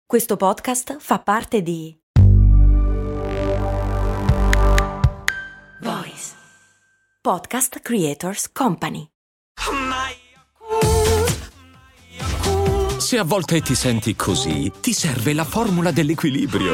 Questo podcast fa parte di Voice Podcast Creators Company. Se a volte ti senti così, ti serve la formula dell'equilibrio.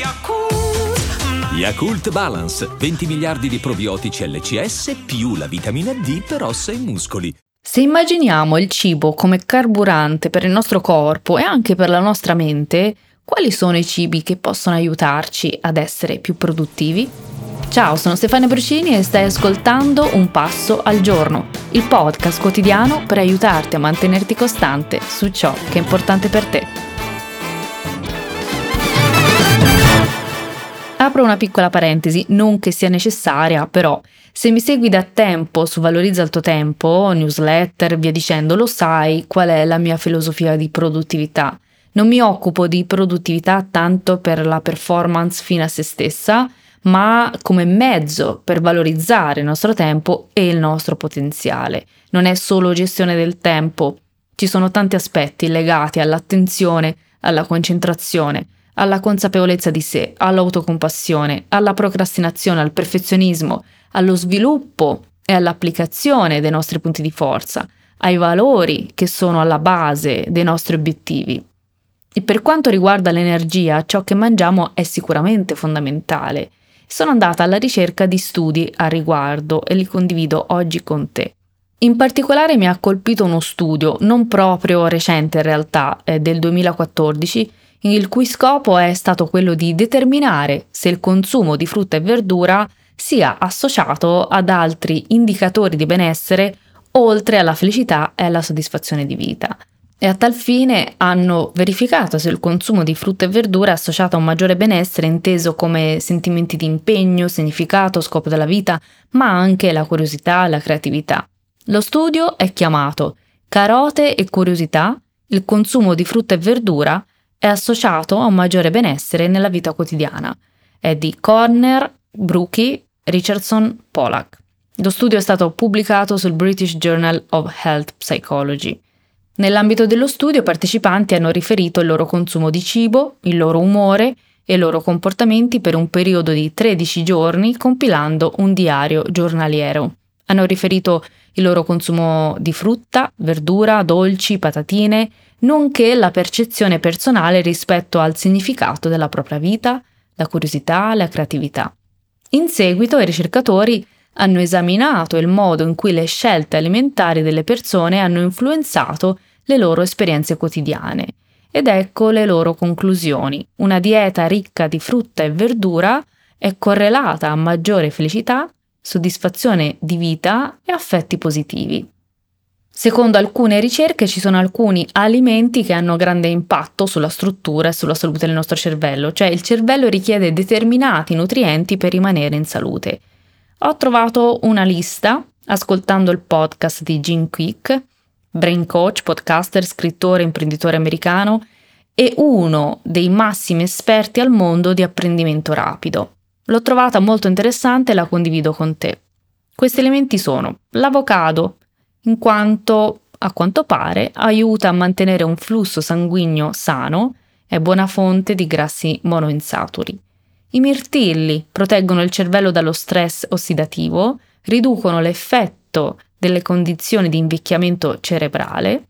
Yakult Balance, 20 miliardi di probiotici LCS più la vitamina D per ossa e muscoli. Se immaginiamo il cibo come carburante per il nostro corpo e anche per la nostra mente, quali sono i cibi che possono aiutarci ad essere più produttivi? Ciao, sono Stefania Brucini e stai ascoltando Un Passo al Giorno, il podcast quotidiano per aiutarti a mantenerti costante su ciò che è importante per te. Apro una piccola parentesi, non che sia necessaria, però se mi segui da tempo su Valorizza il tuo tempo, newsletter, via dicendo, lo sai qual è la mia filosofia di produttività. Non mi occupo di produttività tanto per la performance fine a se stessa, ma come mezzo per valorizzare il nostro tempo e il nostro potenziale. Non è solo gestione del tempo, ci sono tanti aspetti legati all'attenzione, alla concentrazione, alla consapevolezza di sé, all'autocompassione, alla procrastinazione, al perfezionismo, allo sviluppo e all'applicazione dei nostri punti di forza, ai valori che sono alla base dei nostri obiettivi. E per quanto riguarda l'energia, ciò che mangiamo è sicuramente fondamentale. Sono andata alla ricerca di studi a riguardo e li condivido oggi con te. In particolare mi ha colpito uno studio, non proprio recente in realtà, è del 2014, il cui scopo è stato quello di determinare se il consumo di frutta e verdura sia associato ad altri indicatori di benessere oltre alla felicità e alla soddisfazione di vita. E a tal fine hanno verificato se il consumo di frutta e verdura è associato a un maggiore benessere inteso come sentimenti di impegno, significato, scopo della vita, ma anche la curiosità e la creatività. Lo studio è chiamato Carote e curiosità, il consumo di frutta e verdura è associato a un maggiore benessere nella vita quotidiana. È di Corner, Brucchi, Richardson, Pollack. Lo studio è stato pubblicato sul British Journal of Health Psychology. Nell'ambito dello studio, i partecipanti hanno riferito il loro consumo di cibo, il loro umore e i loro comportamenti per un periodo di 13 giorni, compilando un diario giornaliero. Hanno riferito il loro consumo di frutta, verdura, dolci, patatine, nonché la percezione personale rispetto al significato della propria vita, la curiosità, la creatività. In seguito i ricercatori hanno esaminato il modo in cui le scelte alimentari delle persone hanno influenzato le loro esperienze quotidiane. Ed ecco le loro conclusioni. Una dieta ricca di frutta e verdura è correlata a maggiore felicità, soddisfazione di vita e affetti positivi. Secondo alcune ricerche ci sono alcuni alimenti che hanno grande impatto sulla struttura e sulla salute del nostro cervello, cioè il cervello richiede determinati nutrienti per rimanere in salute. Ho trovato una lista ascoltando il podcast di Jim Kwik, brain coach, podcaster, scrittore, imprenditore americano e uno dei massimi esperti al mondo di apprendimento rapido. L'ho trovata molto interessante e la condivido con te. Questi elementi sono l'avocado, in quanto, a quanto pare, aiuta a mantenere un flusso sanguigno sano, è buona fonte di grassi monoinsaturi. I mirtilli proteggono il cervello dallo stress ossidativo, riducono l'effetto delle condizioni di invecchiamento cerebrale.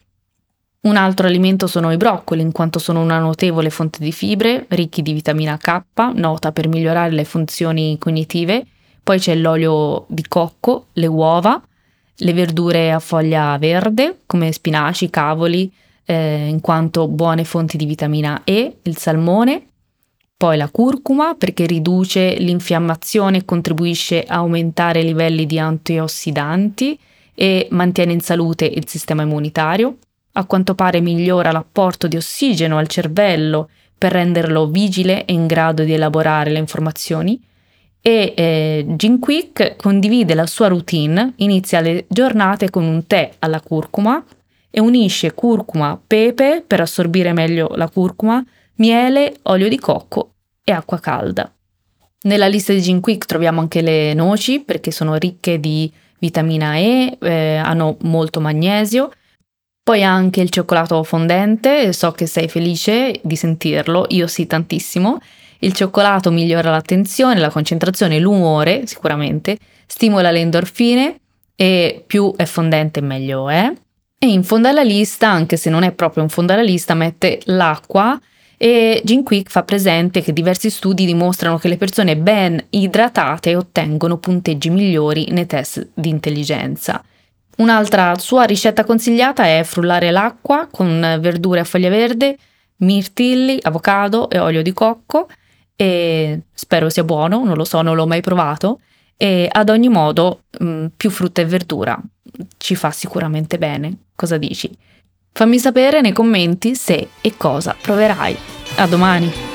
Un altro alimento sono i broccoli, in quanto sono una notevole fonte di fibre, ricchi di vitamina K, nota per migliorare le funzioni cognitive. Poi c'è l'olio di cocco, le uova, le verdure a foglia verde, come spinaci, cavoli, in quanto buone fonti di vitamina E, il salmone. Poi la curcuma, perché riduce l'infiammazione e contribuisce a aumentare i livelli di antiossidanti e mantiene in salute il sistema immunitario. A quanto pare migliora l'apporto di ossigeno al cervello per renderlo vigile e in grado di elaborare le informazioni. E Jim Kwik condivide la sua routine, inizia le giornate con un tè alla curcuma e unisce curcuma, pepe per assorbire meglio la curcuma, miele, olio di cocco e acqua calda. Nella lista di Jim Kwik troviamo anche le noci perché sono ricche di vitamina E, hanno molto magnesio Poi anche il cioccolato fondente, so che sei felice di sentirlo, io sì tantissimo. Il cioccolato migliora l'attenzione, la concentrazione, l'umore sicuramente, stimola le endorfine e più è fondente meglio è. E in fondo alla lista, anche se non è proprio in fondo alla lista, mette l'acqua e GenQuick fa presente che diversi studi dimostrano che le persone ben idratate ottengono punteggi migliori nei test di intelligenza. Un'altra sua ricetta consigliata è frullare l'acqua con verdure a foglia verde, mirtilli, avocado e olio di cocco, e spero sia buono, non lo so, non l'ho mai provato, e ad ogni modo più frutta e verdura ci fa sicuramente bene. Cosa dici? Fammi sapere nei commenti se e cosa proverai. A domani!